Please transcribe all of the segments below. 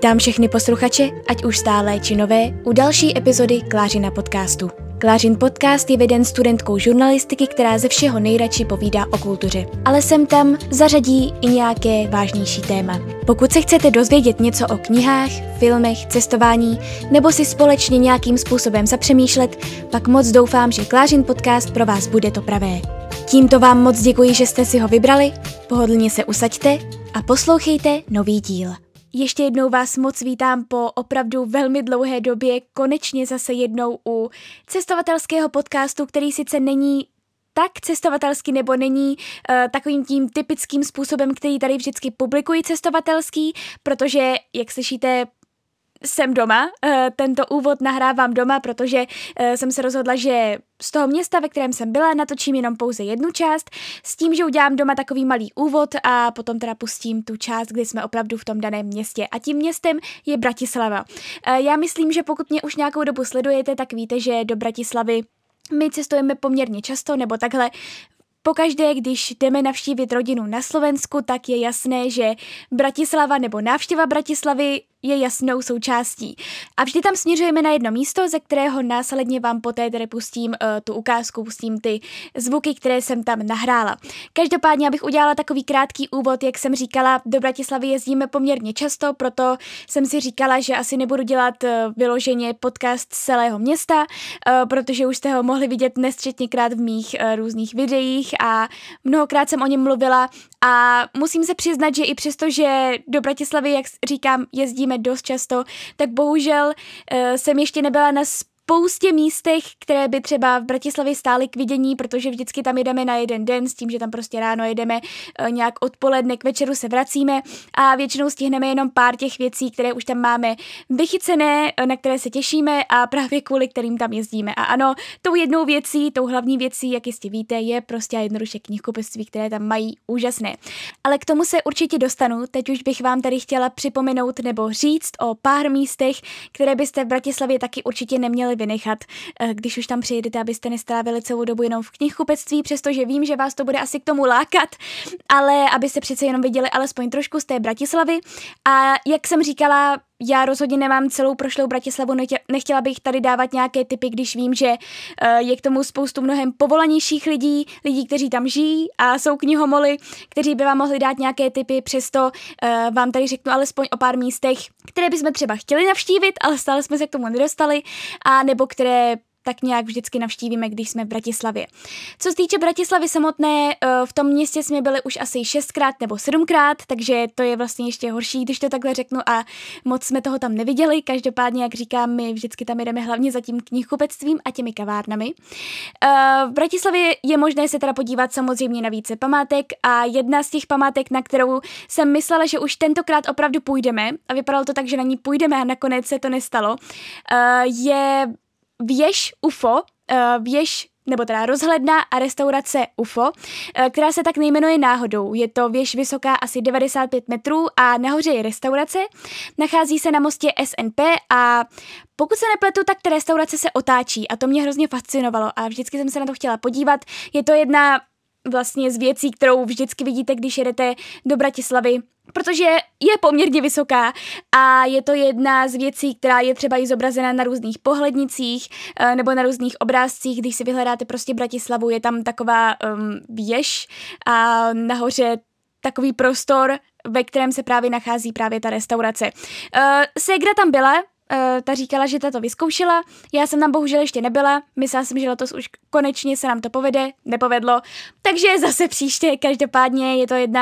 Vítám všechny posluchače, ať už stálé či nové, u další epizody Klářina podcastu. Klářin podcast je veden studentkou žurnalistiky, která ze všeho nejradši povídá o kultuře. Ale sem tam zařadí i nějaké vážnější téma. Pokud se chcete dozvědět něco o knihách, filmech, cestování, nebo si společně nějakým způsobem zapřemýšlet, pak moc doufám, že Klářin podcast pro vás bude to pravé. Tímto vám moc děkuji, že jste si ho vybrali, pohodlně se usaďte a poslouchejte nový díl. Ještě jednou vás moc vítám po opravdu velmi dlouhé době, konečně zase jednou u cestovatelského podcastu, který sice není tak cestovatelský nebo není takovým tím typickým způsobem, který tady vždycky publikuji cestovatelský, protože, jak slyšíte, jsem doma, tento úvod nahrávám doma, protože jsem se rozhodla, že z toho města, ve kterém jsem byla, natočím jenom pouze jednu část, s tím, že udělám doma takový malý úvod a potom teda pustím tu část, kdy jsme opravdu v tom daném městě. A tím městem je Bratislava. Já myslím, že pokud mě už nějakou dobu sledujete, tak víte, že do Bratislavy my cestujeme poměrně často, nebo takhle. Pokaždé, když jdeme navštívit rodinu na Slovensku, tak je jasné, že Bratislava nebo návštěva Bratislavy je jasnou součástí. A vždy tam směřujeme na jedno místo, ze kterého následně vám poté tedy pustím tu ukázku, pustím ty zvuky, které jsem tam nahrála. Každopádně, abych udělala takový krátký úvod, jak jsem říkala, do Bratislavy jezdíme poměrně často, proto jsem si říkala, že asi nebudu dělat vyloženě podcast z celého města, protože už jste ho mohli vidět nesčetněkrát v mých různých videích a mnohokrát jsem o něm mluvila a musím se přiznat, že i přesto, že do Bratislavy, jak říkám, jezdíme dost často, tak bohužel jsem ještě nebyla na spoustě místech, které by třeba v Bratislavě stály k vidění, protože vždycky tam jedeme na jeden den s tím, že tam prostě ráno jedeme nějak odpoledne, k večeru se vracíme a většinou stihneme jenom pár těch věcí, které už tam máme vychycené, na které se těšíme a právě kvůli kterým tam jezdíme. A ano, tou jednou věcí, tou hlavní věcí, jak jistě víte, je prostě jednoduše knihkupectví, které tam mají úžasné. Ale k tomu se určitě dostanu, teď už bych vám tady chtěla připomenout nebo říct o pár místech, které byste v Bratislavě taky určitě neměli vynechat, když už tam přijedete, abyste nestrávili celou dobu jenom v knihkupectví, přestože vím, že vás to bude asi k tomu lákat, ale abyste přece jenom viděli alespoň trošku z té Bratislavy. A jak jsem říkala, já rozhodně nemám celou prošlou Bratislavu, nechtěla bych tady dávat nějaké tipy, když vím, že je k tomu spoustu mnohem povolanějších lidí, kteří tam žijí a jsou knihomoly, kteří by vám mohli dát nějaké tipy, přesto vám tady řeknu alespoň o pár místech, které bychom třeba chtěli navštívit, ale stále jsme se k tomu nedostali, a nebo které tak nějak vždycky navštívíme, když jsme v Bratislavě. Co se týče Bratislavy samotné, v tom městě jsme byli už asi 6krát nebo 7krát, takže to je vlastně ještě horší, když to takhle řeknu, a moc jsme toho tam neviděli. Každopádně, jak říkám, my vždycky tam jdeme hlavně za tím knihkupectvím a těmi kavárnami. V Bratislavě je možné se teda podívat samozřejmě na více památek a jedna z těch památek, na kterou jsem myslela, že už tentokrát opravdu půjdeme, a vypadalo to tak, že na ní půjdeme a nakonec se to nestalo, je věž UFO, nebo teda rozhledna a restaurace UFO, která se tak nejmenuje náhodou. Je to věž vysoká asi 95 metrů a nahoře je restaurace. Nachází se na mostě SNP a pokud se nepletu, tak ta restaurace se otáčí a to mě hrozně fascinovalo a vždycky jsem se na to chtěla podívat. Je to jedna vlastně z věcí, kterou vždycky vidíte, když jedete do Bratislavy, protože je poměrně vysoká a je to jedna z věcí, která je třeba i zobrazena na různých pohlednicích nebo na různých obrázcích. Když si vyhledáte prostě Bratislavu, je tam taková věž a nahoře takový prostor, ve kterém se právě nachází právě ta restaurace. Ségra tam byla, ta říkala, že ta to vyzkoušela, já jsem tam bohužel ještě nebyla, myslela jsem, že letos už konečně se nám to povede, nepovedlo, takže zase příště. Každopádně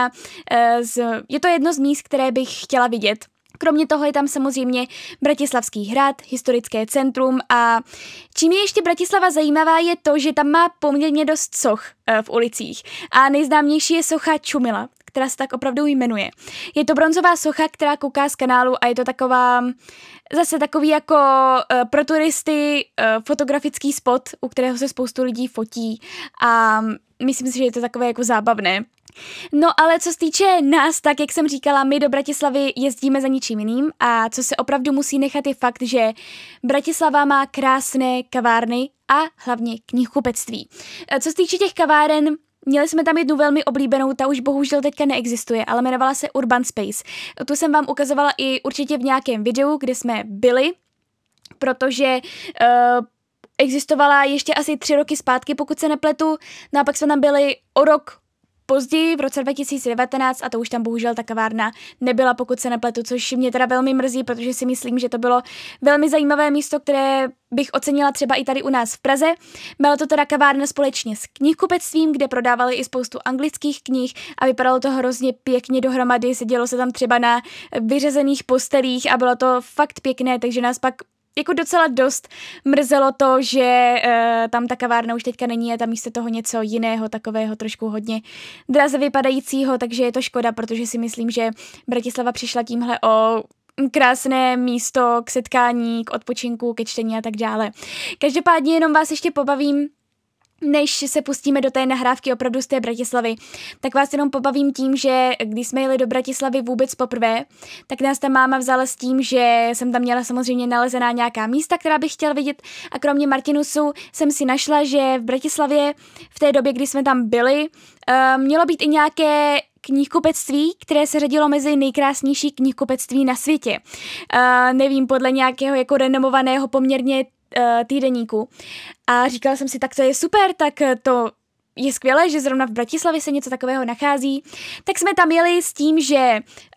je to jedno z míst, které bych chtěla vidět. Kromě toho je tam samozřejmě Bratislavský hrad, historické centrum a čím je ještě Bratislava zajímavá je to, že tam má poměrně dost soch v ulicích a nejznámější je socha Čumila, která se tak opravdu jmenuje. Je to bronzová socha, která kouká z kanálu a je to zase takový jako pro turisty fotografický spot, u kterého se spoustu lidí fotí a myslím si, že je to takové jako zábavné. No ale co se týče nás, tak jak jsem říkala, my do Bratislavy jezdíme za ničím jiným a co se opravdu musí nechat je fakt, že Bratislava má krásné kavárny a hlavně knihkupectví. Co se týče těch kaváren, Měli jsme tam jednu velmi oblíbenou, ta už bohužel teďka neexistuje, ale jmenovala se Urban Space. Tu jsem vám ukazovala i určitě v nějakém videu, kde jsme byli, protože existovala ještě asi 3 roky zpátky, pokud se nepletu, no a pak jsme tam byli o rok později, v roce 2019, a to už tam bohužel ta kavárna nebyla, pokud se nepletu, což mě teda velmi mrzí, protože si myslím, že to bylo velmi zajímavé místo, které bych ocenila třeba i tady u nás v Praze. Byla to teda kavárna společně s knihkupectvím, kde prodávali i spoustu anglických knih a vypadalo to hrozně pěkně dohromady, sedělo se tam třeba na vyřezených postelích a bylo to fakt pěkné, takže nás pak jako docela dost mrzelo to, že tam ta kavárna už teďka není a tam místo toho něco jiného, takového trošku hodně draze vypadajícího, takže je to škoda, protože si myslím, že Bratislava přišla tímhle o krásné místo k setkání, k odpočinku, ke čtení a tak dále. Každopádně jenom vás ještě pobavím, než se pustíme do té nahrávky opravdu z té Bratislavy, tak vás jenom pobavím tím, že když jsme jeli do Bratislavy vůbec poprvé, tak nás ta máma vzala s tím, že jsem tam měla samozřejmě nalezená nějaká místa, která bych chtěla vidět, a kromě Martinusu jsem si našla, že v Bratislavě v té době, kdy jsme tam byli, mělo být i nějaké knihkupectví, které se řadilo mezi nejkrásnější knihkupectví na světě. Nevím, podle nějakého jako renomovaného poměrně týdeníku. A říkala jsem si, tak to je super, tak to je skvělé, že zrovna v Bratislavě se něco takového nachází. Tak jsme tam jeli s tím, že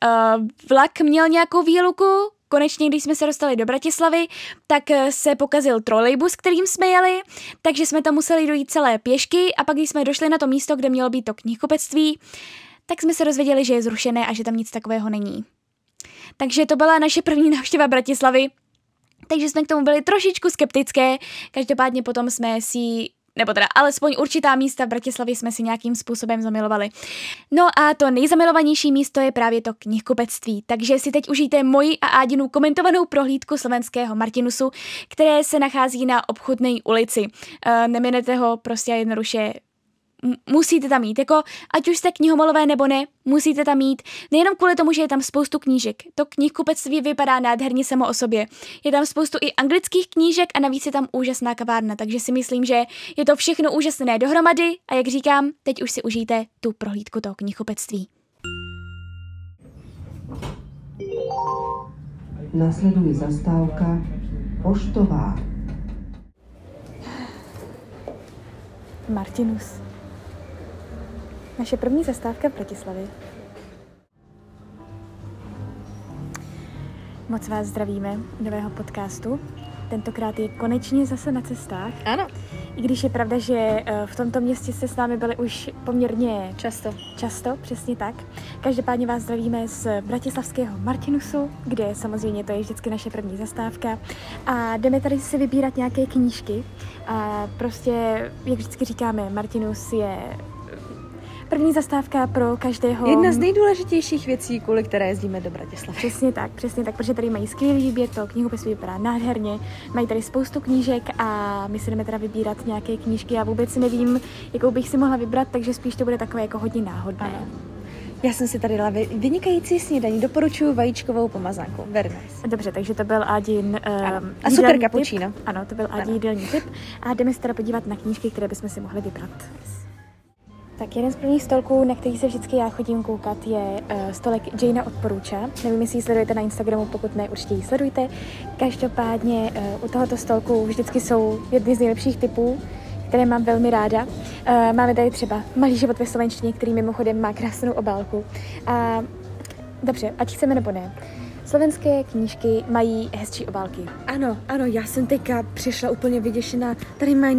vlak měl nějakou výluku. Konečně, když jsme se dostali do Bratislavy, tak se pokazil trolejbus, kterým jsme jeli, takže jsme tam museli dojít celé pěšky a pak, když jsme došli na to místo, kde mělo být to knihkupectví, tak jsme se dozvěděli, že je zrušené a že tam nic takového není. Takže to byla naše první návštěva Bratislavy. Takže jsme k tomu byli trošičku skeptické, každopádně potom jsme si, nebo teda alespoň určitá místa v Bratislavě jsme si nějakým způsobem zamilovali. No a to nejzamilovanější místo je právě to knihkupectví, takže si teď užijte moji a Ádinu komentovanou prohlídku slovenského Martinusu, které se nachází na Obchodné ulici. Neminete ho prostě jednoduše. Musíte tam jít, jako ať už jste knihomolové nebo ne, musíte tam jít, nejenom kvůli tomu, že je tam spoustu knížek. To knihkupectví vypadá nádherně samo o sobě. Je tam spoustu i anglických knížek a navíc je tam úžasná kavárna, takže si myslím, že je to všechno úžasné dohromady a jak říkám, teď už si užijte tu prohlídku toho knihkupectví. Nasleduje zastávka Poštová. Martinus. Naše první zastávka v Bratislavě. Moc vás zdravíme u nového podcastu. Tentokrát je konečně zase na cestách. Ano. I když je pravda, že v tomto městě jste s námi byli už poměrně často, přesně tak. Každopádně vás zdravíme z bratislavského Martinusu, kde samozřejmě to je vždycky naše první zastávka. A jdeme tady si vybírat nějaké knížky. A prostě, jak vždycky říkáme, Martinus je první zastávka pro každého. Jedna z nejdůležitějších věcí, kvůli které jezdíme do Bratislavy. Přesně tak, protože tady mají skvělý výběr, to knihkupectví vypadá nádherně, mají tady spoustu knížek a my si jdeme teda vybírat nějaké knížky. Já vůbec nevím, jakou bych si mohla vybrat, takže spíš to bude takové jako hodně náhodné. Ano. Já jsem si tady dala vynikající snídaní, doporučuji vajíčkovou pomazánku. Very nice. Dobře, takže to byl Ádin a super cappuccino. Ano, to byl Ádin jídelní tip. A jdeme se teda podívat na knížky, které bychom si mohli vybrat. Tak jeden z prvních stolků, na který se vždycky já chodím koukat, je stolek Janea Odporuča. Nevím, jestli ji sledujete na Instagramu, pokud ne, určitě ji sledujte. Každopádně u tohoto stolku vždycky jsou jedny z nejlepších typů, které mám velmi ráda. Máme tady třeba Malý život ve slovenštině, který mimochodem má krásnou obálku. A dobře, ať chceme nebo ne. Slovenské knížky mají hezčí obálky. Ano, já jsem teďka přišla úplně vyděšená. Tady mají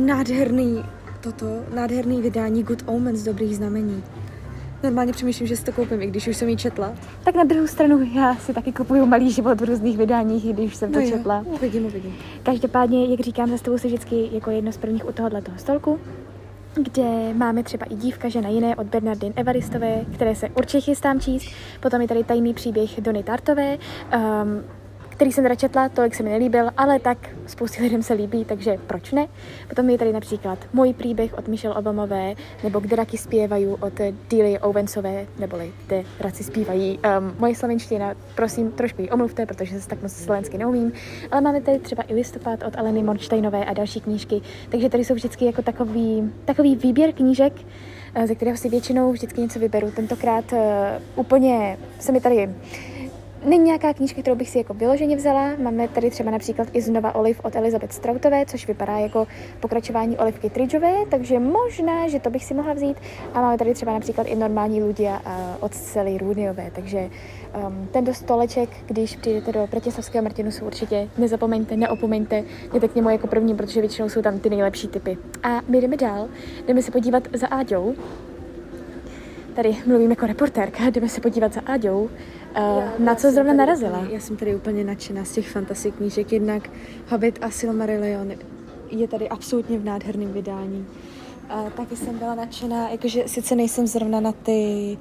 nádherný vydání Good Omens, dobrých znamení. Normálně přemýšlím, že si to koupím, i když už jsem ji četla. Tak na druhou stranu já si taky kupuju Malý život v různých vydáních, i když jsem to četla. Uvidím. Každopádně, jak říkám, zastavuji se vždycky jako jedno z prvních u tohoto stolku, kde máme třeba i Dívka, žena jiné od Bernardine Evaristové, které se určitě chystám číst. Potom je tady Tajný příběh Dony Tartové, který jsem teda četla, tolik se mi nelíbil, ale tak spoustě lidem se líbí, takže proč ne? Potom je tady například Můj příběh od Michelle Obamové, nebo Kde raky zpívají od Delia Owensové, neboli Kde raci zpívají. Moje slovenština, prosím, trošku ji omluvte, protože se tak moc slovensky neumím, ale máme tady třeba i Listopad od Aleny Mornštejnové a další knížky, takže tady jsou vždycky jako takový výběr knížek, ze kterého si většinou vždycky něco vyberu. Tentokrát úplně se mi tady... Není nějaká knížka, kterou bych si jako vyloženě vzala. Máme tady třeba například i znova Oliv od Elizabeth Stroutové, což vypadá jako pokračování Olivky Tridgeové, takže možná, že to bych si mohla vzít. A máme tady třeba například i normální Ludia od Sally Rooneyové, takže tento stoleček, když přijdete do Bratislavského Martinusu, určitě nezapomeňte, neopomeňte, jděte k němu jako první, protože většinou jsou tam ty nejlepší typy. A my jdeme dál, jdeme se podívat za Áďou. Tady mluvím jako reportérka, jdeme se podívat za Áďou, na co zrovna narazila. Já jsem tady úplně nadšená z těch fantasy knížek, jednak Hobbit a Silmarillion je tady absolutně v nádherném vydání. Taky jsem byla nadšená, jakože sice nejsem zrovna na ty,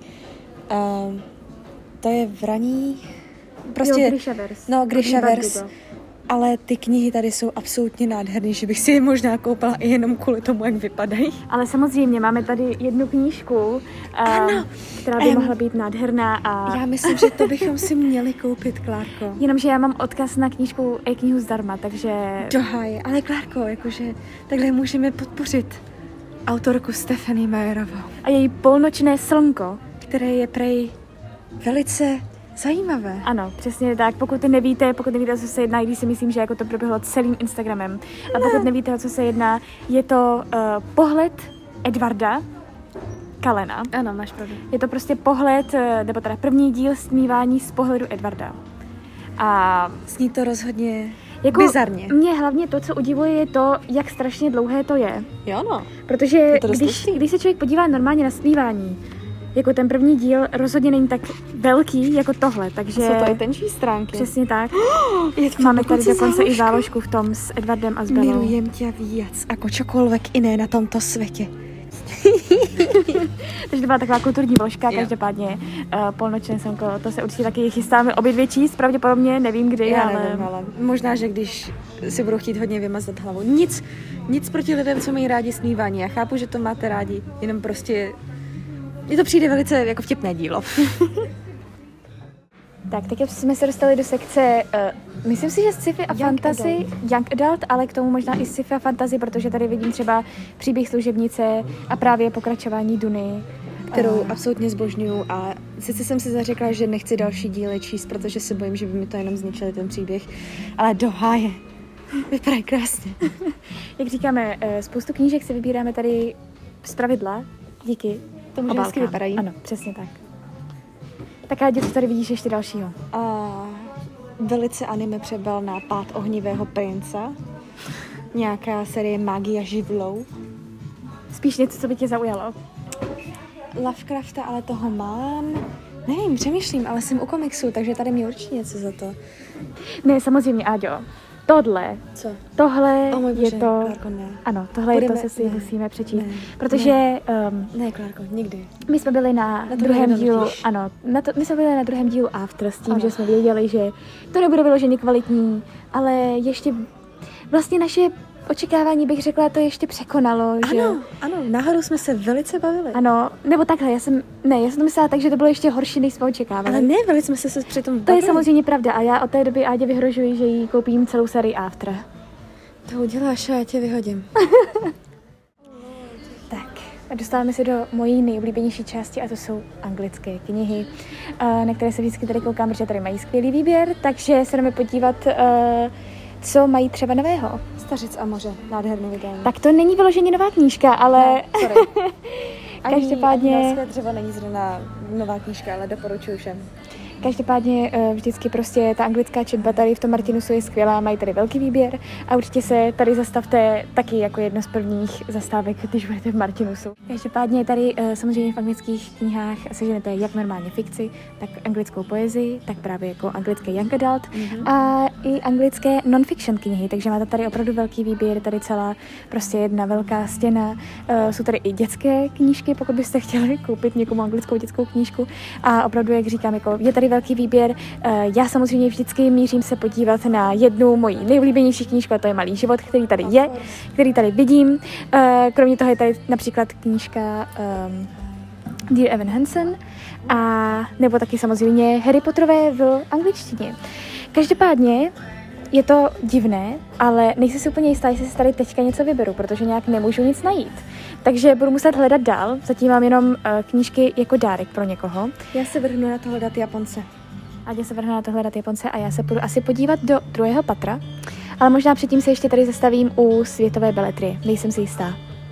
to je vraní, prostě, Grishaverse, ale ty knihy tady jsou absolutně nádherný, že bych si je možná koupila i jenom kvůli tomu, jak vypadají. Ale samozřejmě máme tady jednu knížku, která by mohla být nádherná. A... Já myslím, že to bychom si měli koupit, Klárko. Jenomže já mám odkaz na knížku e-knihu zdarma, takže... Dohaj, ale Klárko, jakože takhle můžeme podpořit autorku Stephenie Meyerovou. A její Polnočné slnko. Které je prej velice zajímavé. Ano, přesně tak. Pokud nevíte, o co se jedná, když si myslím, že jako to proběhlo celým Instagramem. A pokud nevíte, o co se jedná, je to pohled Edwarda Cullena. Ano, máš pravdu. Je to prostě pohled, nebo teda první díl Stmívání z pohledu Edwarda. A zní to rozhodně jako bizarně. Mě hlavně to, co udivuje, je to, jak strašně dlouhé to je. Jo, no. Protože když se člověk podívá normálně na Stmívání, jako ten první díl rozhodně není tak velký jako tohle, takže... Jsou to i tenčí stránky. Přesně tak. Máme tady dokonce i záložku v tom s Edwardem a s Bellou. Milujem tě víc jako čokoľvek jiné na tomto světě. Takže to byla taková kulturní vložka, každopádně Polnočné slnko, to se určitě taky chystáme obě dvě číst, pravděpodobně, nevím kdy, já nevím, ale možná, že když si budou chtít hodně vymazat hlavu. Nic proti lidem, co mají rádi Stmívání. Já chápu, že to máte rádi, jenom prostě mně to přijde velice jako vtipné dílo. Tak jsme se dostali do sekce, myslím si, že sci-fi a fantasy, young adult, ale k tomu možná i sci-fi a fantasy, protože tady vidím třeba Příběh služebnice a právě pokračování Duny. Kterou absolutně zbožňuju a sice jsem si zařekla, že nechci další díly číst, protože se bojím, že by mi to jenom zničili ten příběh, ale do háje. Vypadají krásně. Jak říkáme, spoustu knížek si vybíráme tady zpravidla, díky tomu, že hezky vypadají. Ano, přesně tak. Tak a co tady vidíš ještě dalšího? Velice anime přebal na Pád ohnivého prince. Nějaká série Magie živlou. Spíš něco, co by tě zaujalo. Lovecrafta, ale toho mám. Nevím, přemýšlím, ale jsem u komiksu, takže tady mě určitě něco za to. Ne, samozřejmě, Áďo. Tohle. Co? Tohle Bože, je to... Klárko, ne. Ano, tohle je to, co si musíme přečíst. Ne, protože... Ne, Klárko, nikdy. My jsme byli na druhém dílu... Ano, my jsme byli na druhém dílu After s tím, že jsme věděli, že to nebude vyloženě kvalitní, ale ještě vlastně naše očekávání, bych řekla, to ještě překonalo. Že... Ano, náhodou jsme se velice bavili. Ano, nebo takhle, já jsem to myslela tak, že to bylo ještě horší, než jsme očekávali. Ale ne, velice jsme se přitom bavili. To je samozřejmě pravda a já od té doby Ádě vyhrožuji, že jí koupím celou sérii After. To uděláš a já tě vyhodím. Tak, a dostáváme se do mojí nejoblíbenější části a to jsou anglické knihy, na které se vždycky tady koukám, protože tady mají skvělý výběr, takže se jdeme podívat, co mají třeba nového. Stařec a moře, nádherný vydání. Tak to není vyloženě nová knížka, ale... No, sorry. Každopádně... Ani Norské dřevo není zrovna nová knížka, ale doporučuji všem. Každopádně vždycky prostě ta anglická četba tady v tom Martinusu je skvělá, mají tady velký výběr a určitě se tady zastavte taky jako jedno z prvních zastávek, když budete v Martinusu. Každopádně tady samozřejmě v anglických knihách seženete jak normálně fikci, tak anglickou poezii, tak právě jako anglické young adult a i anglické non-fiction knihy, takže máte tady opravdu velký výběr, tady celá prostě jedna velká stěna. Jsou tady i dětské knížky, pokud byste chtěli koupit někomu anglickou dětskou knížku a opravdu, jak říkám, jako je tady velký výběr. Já samozřejmě vždycky mířím se podívat na jednu moji nejoblíbenější knížku, a to je Malý život, který tady je, který tady vidím. Kromě toho je tady například knížka Dear Evan Hansen a nebo taky samozřejmě Harry Potterové v angličtině. Každopádně je to divné, ale nejsem si úplně jistá, jestli si tady teďka něco vyberu, protože nějak nemůžu nic najít. Takže budu muset hledat dál, zatím mám jenom knížky jako dárek pro někoho. Já se vrhnu na to hledat Japonce. Ať se vrhnu na to hledat Japonce a já se půjdu asi podívat do 2. patra, ale možná předtím se ještě tady zastavím u světové beletrie, nejsem si jistá.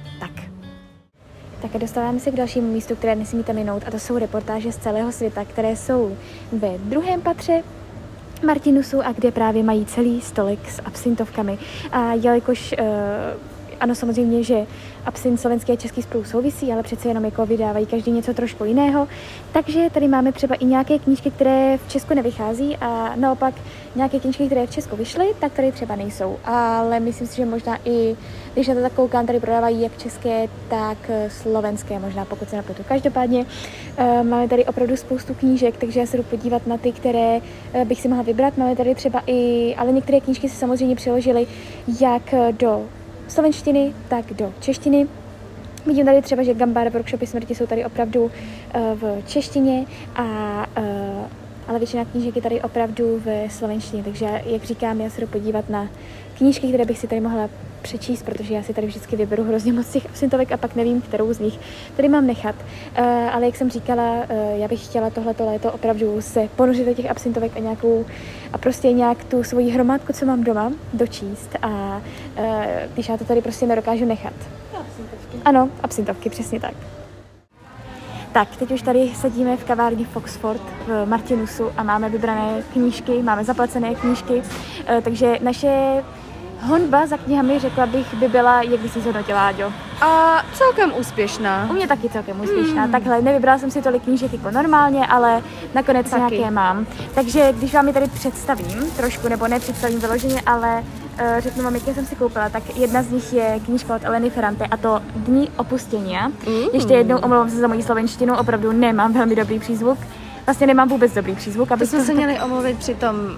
Tak a dostáváme se k dalšímu místu, které nesmíte minout, a to jsou reportáže z celého světa, které jsou ve 2. patře Martinusu a kde právě mají celý stolek s absintovkami. A jelikož ano, samozřejmě, že absint slovenský a český spolu souvisí, ale přece jenom jako vydávají každý něco trošku jiného. Takže tady máme třeba i nějaké knížky, které v Česku nevychází a naopak nějaké knížky, které v Česku vyšly, tak tady třeba nejsou. Ale myslím si, že možná i, když na to tak koukám, tady prodávají jak české, tak slovenské, možná pokud se nepletu. Každopádně máme tady opravdu spoustu knížek, takže já se jdu podívat na ty, které bych si mohla vybrat. Máme tady třeba i, ale některé knížky se samozřejmě přeložily jak do slovenštiny, tak do češtiny. Vidím tady třeba, že Gambára workshopy smrti jsou tady opravdu v češtině, ale většina knížek je tady opravdu v slovenštině, takže jak říkám, já se jdu podívat na knížky, které bych si tady mohla přečíst, protože já si tady vždycky vyberu hrozně moc těch absintovek a pak nevím, kterou z nich tady mám nechat. Ale jak jsem říkala, já bych chtěla tohleto léto opravdu se ponořit do těch absintovek a prostě nějak tu svoji hromádku, co mám doma, dočíst a když já to tady prostě nedokážu nechat. Absintovky. Ano, absintovky, přesně tak. Tak, teď už tady sedíme v kavárně Foxford v Martinusu a máme vybrané knížky, máme zaplacené knížky, takže naše honba za knihami, řekla bych, by byla, jak by si zhodnotila, Áďo? A celkem úspěšná. U mě taky celkem úspěšná. Takhle, nevybrala jsem si tolik knížek jako normálně, ale nakonec taky nějaké mám. Takže když vám je tady představím trošku, nebo nepředstavím vyloženě, ale řeknu vám, jaké jsem si koupila, tak jedna z nich je knížka od Eleny Ferrante a to Dní opuštění. Ještě jednou omlouvám se za moji slovenštinu, opravdu nemám velmi dobrý přízvuk. Vlastně nemám vůbec dobrý přízvuk. To jsme se měli omluvit při tom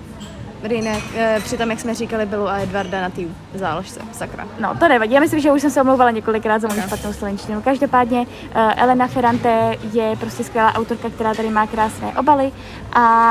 jak jsme říkali Belu a Edvarda na té záložce, sakra. No, to nevadí, já myslím, že už jsem se omlouvala několikrát za moji špatnou slovenštinu. Každopádně Elena Ferrante je prostě skvělá autorka, která tady má krásné obaly a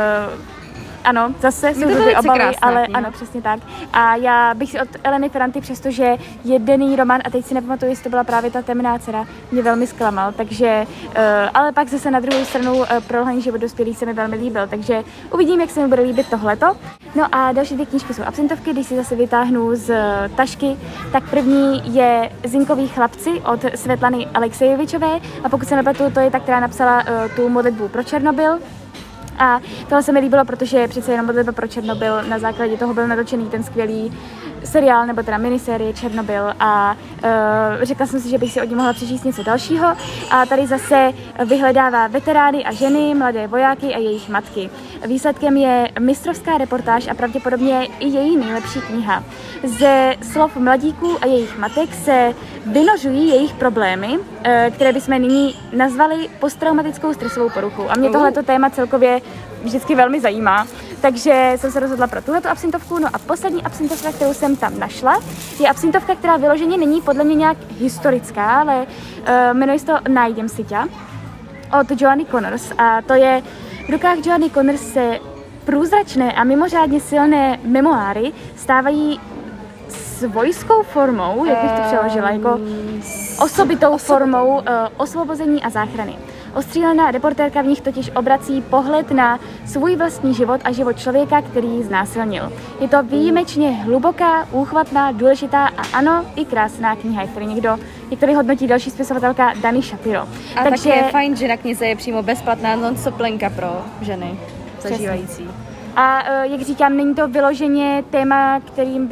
ano, zase jsou dobré obaly, ale kniha. Ano, přesně tak. A já bych si od Eleny Ferranty, přestože jedený román, a teď si nepamatuju, jestli to byla právě ta Temná dcera, mě velmi zklamal, takže, ale pak zase na druhou stranu Prolhaný život dospělých se mi velmi líbil, takže uvidím, jak se mi bude líbit tohleto. No a další 2 knížky jsou absintovky, když si zase vytáhnu z tašky, tak první je Zinkoví chlapci od Svetlany Alexejevičové a pokud se nepletu, to je ta, která napsala tu modlitbu pro Černobyl. A tohle se mi líbilo, protože přece jenom modlitba pro Černobyl, na základě toho byl natočený ten skvělý seriál, nebo teda minisérie Černobyl a řekla jsem si, že bych si od ní mohla přečíst něco dalšího a tady zase vyhledává veterány a ženy, mladé vojáky a jejich matky. Výsledkem je mistrovská reportáž a pravděpodobně i její nejlepší kniha. Ze slov mladíků a jejich matek se vynořují jejich problémy, které bychom nyní nazvali posttraumatickou stresovou poruchou. A mě tohleto téma celkově vždycky velmi zajímá, takže jsem se rozhodla pro tuhletu absintovku. No a poslední absintovka, kterou jsem tam našla, je absintovka, která vyloženě není podle mě nějak historická, ale jmenuje se to Najdem si tě od Joanny Connors a to je v rukách Joanny Connors se průzračné a mimořádně silné memoáry stávají svojskou formou, jak bych to přeložila, jako osobitou formou osvobození a záchrany. Ostřílená reportérka v nich totiž obrací pohled na svůj vlastní život a život člověka, který ji znásilnil. Je to výjimečně hluboká, úchvatná, důležitá a ano, i krásná kniha, jak tady hodnotí další spisovatelka Dani Shapiro. A takže je fajn, že na knize je přímo bezplatná non-stop lenka pro ženy zažívající. A jak říkám, není to vyloženě téma, kterými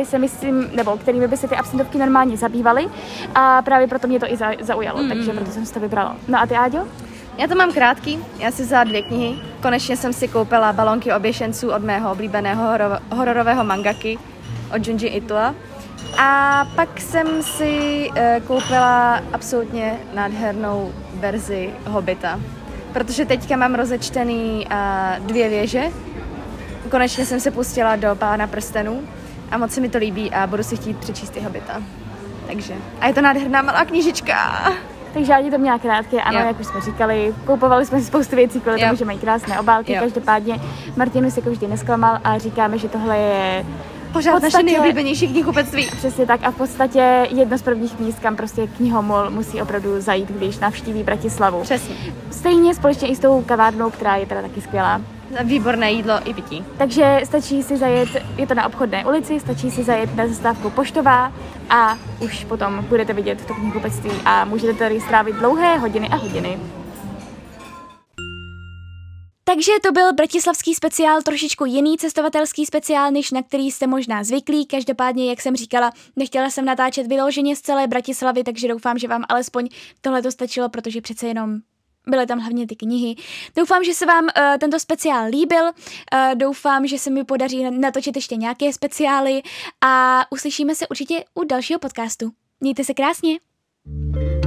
by se ty absintovky normálně zabývaly a právě proto mě to i zaujalo, takže proto jsem si to vybrala. No a ty, Áďo? Já to mám krátký, já si vzala 2 knihy. Konečně jsem si koupila Balónky oběšenců od mého oblíbeného hororového mangaky od Junji Itua. A pak jsem si koupila absolutně nádhernou verzi Hobita, protože teďka mám rozečtený 2 věže. Konečně jsem se pustila do Pána prstenů a moc se mi to líbí a budu si chtít přečíst i Hobita. Takže, a je to nádherná malá knížička. Takže Ádi to měla krátké, ano, jak už jsme říkali, koupovali jsme si spoustu věcí kvůli tomu, že mají krásné obálky, každopádně Martinus jako vždy nesklamal a říkáme, že tohle je Pořád naše nejoblíbenější knihkupectví. Přesně tak a v podstatě jedno z prvních míst, kam prostě knihomol musí opravdu zajít, když navštíví Bratislavu. Přesně. Stejně společně i s tou kavárnou, která je teda taky skvělá. Výborné jídlo i pití. Takže stačí si zajet, je to na Obchodné ulici, stačí si zajet na zastávku Poštová a už potom budete vidět to knihkupectví a můžete tady strávit dlouhé hodiny a hodiny. Takže to byl bratislavský speciál, trošičku jiný cestovatelský speciál, než na který jste možná zvyklí. Každopádně, jak jsem říkala, nechtěla jsem natáčet vyloženě z celé Bratislavy, takže doufám, že vám alespoň tohle to stačilo, protože přece jenom byly tam hlavně ty knihy. Doufám, že se vám tento speciál líbil, doufám, že se mi podaří natočit ještě nějaké speciály a uslyšíme se určitě u dalšího podcastu. Mějte se krásně!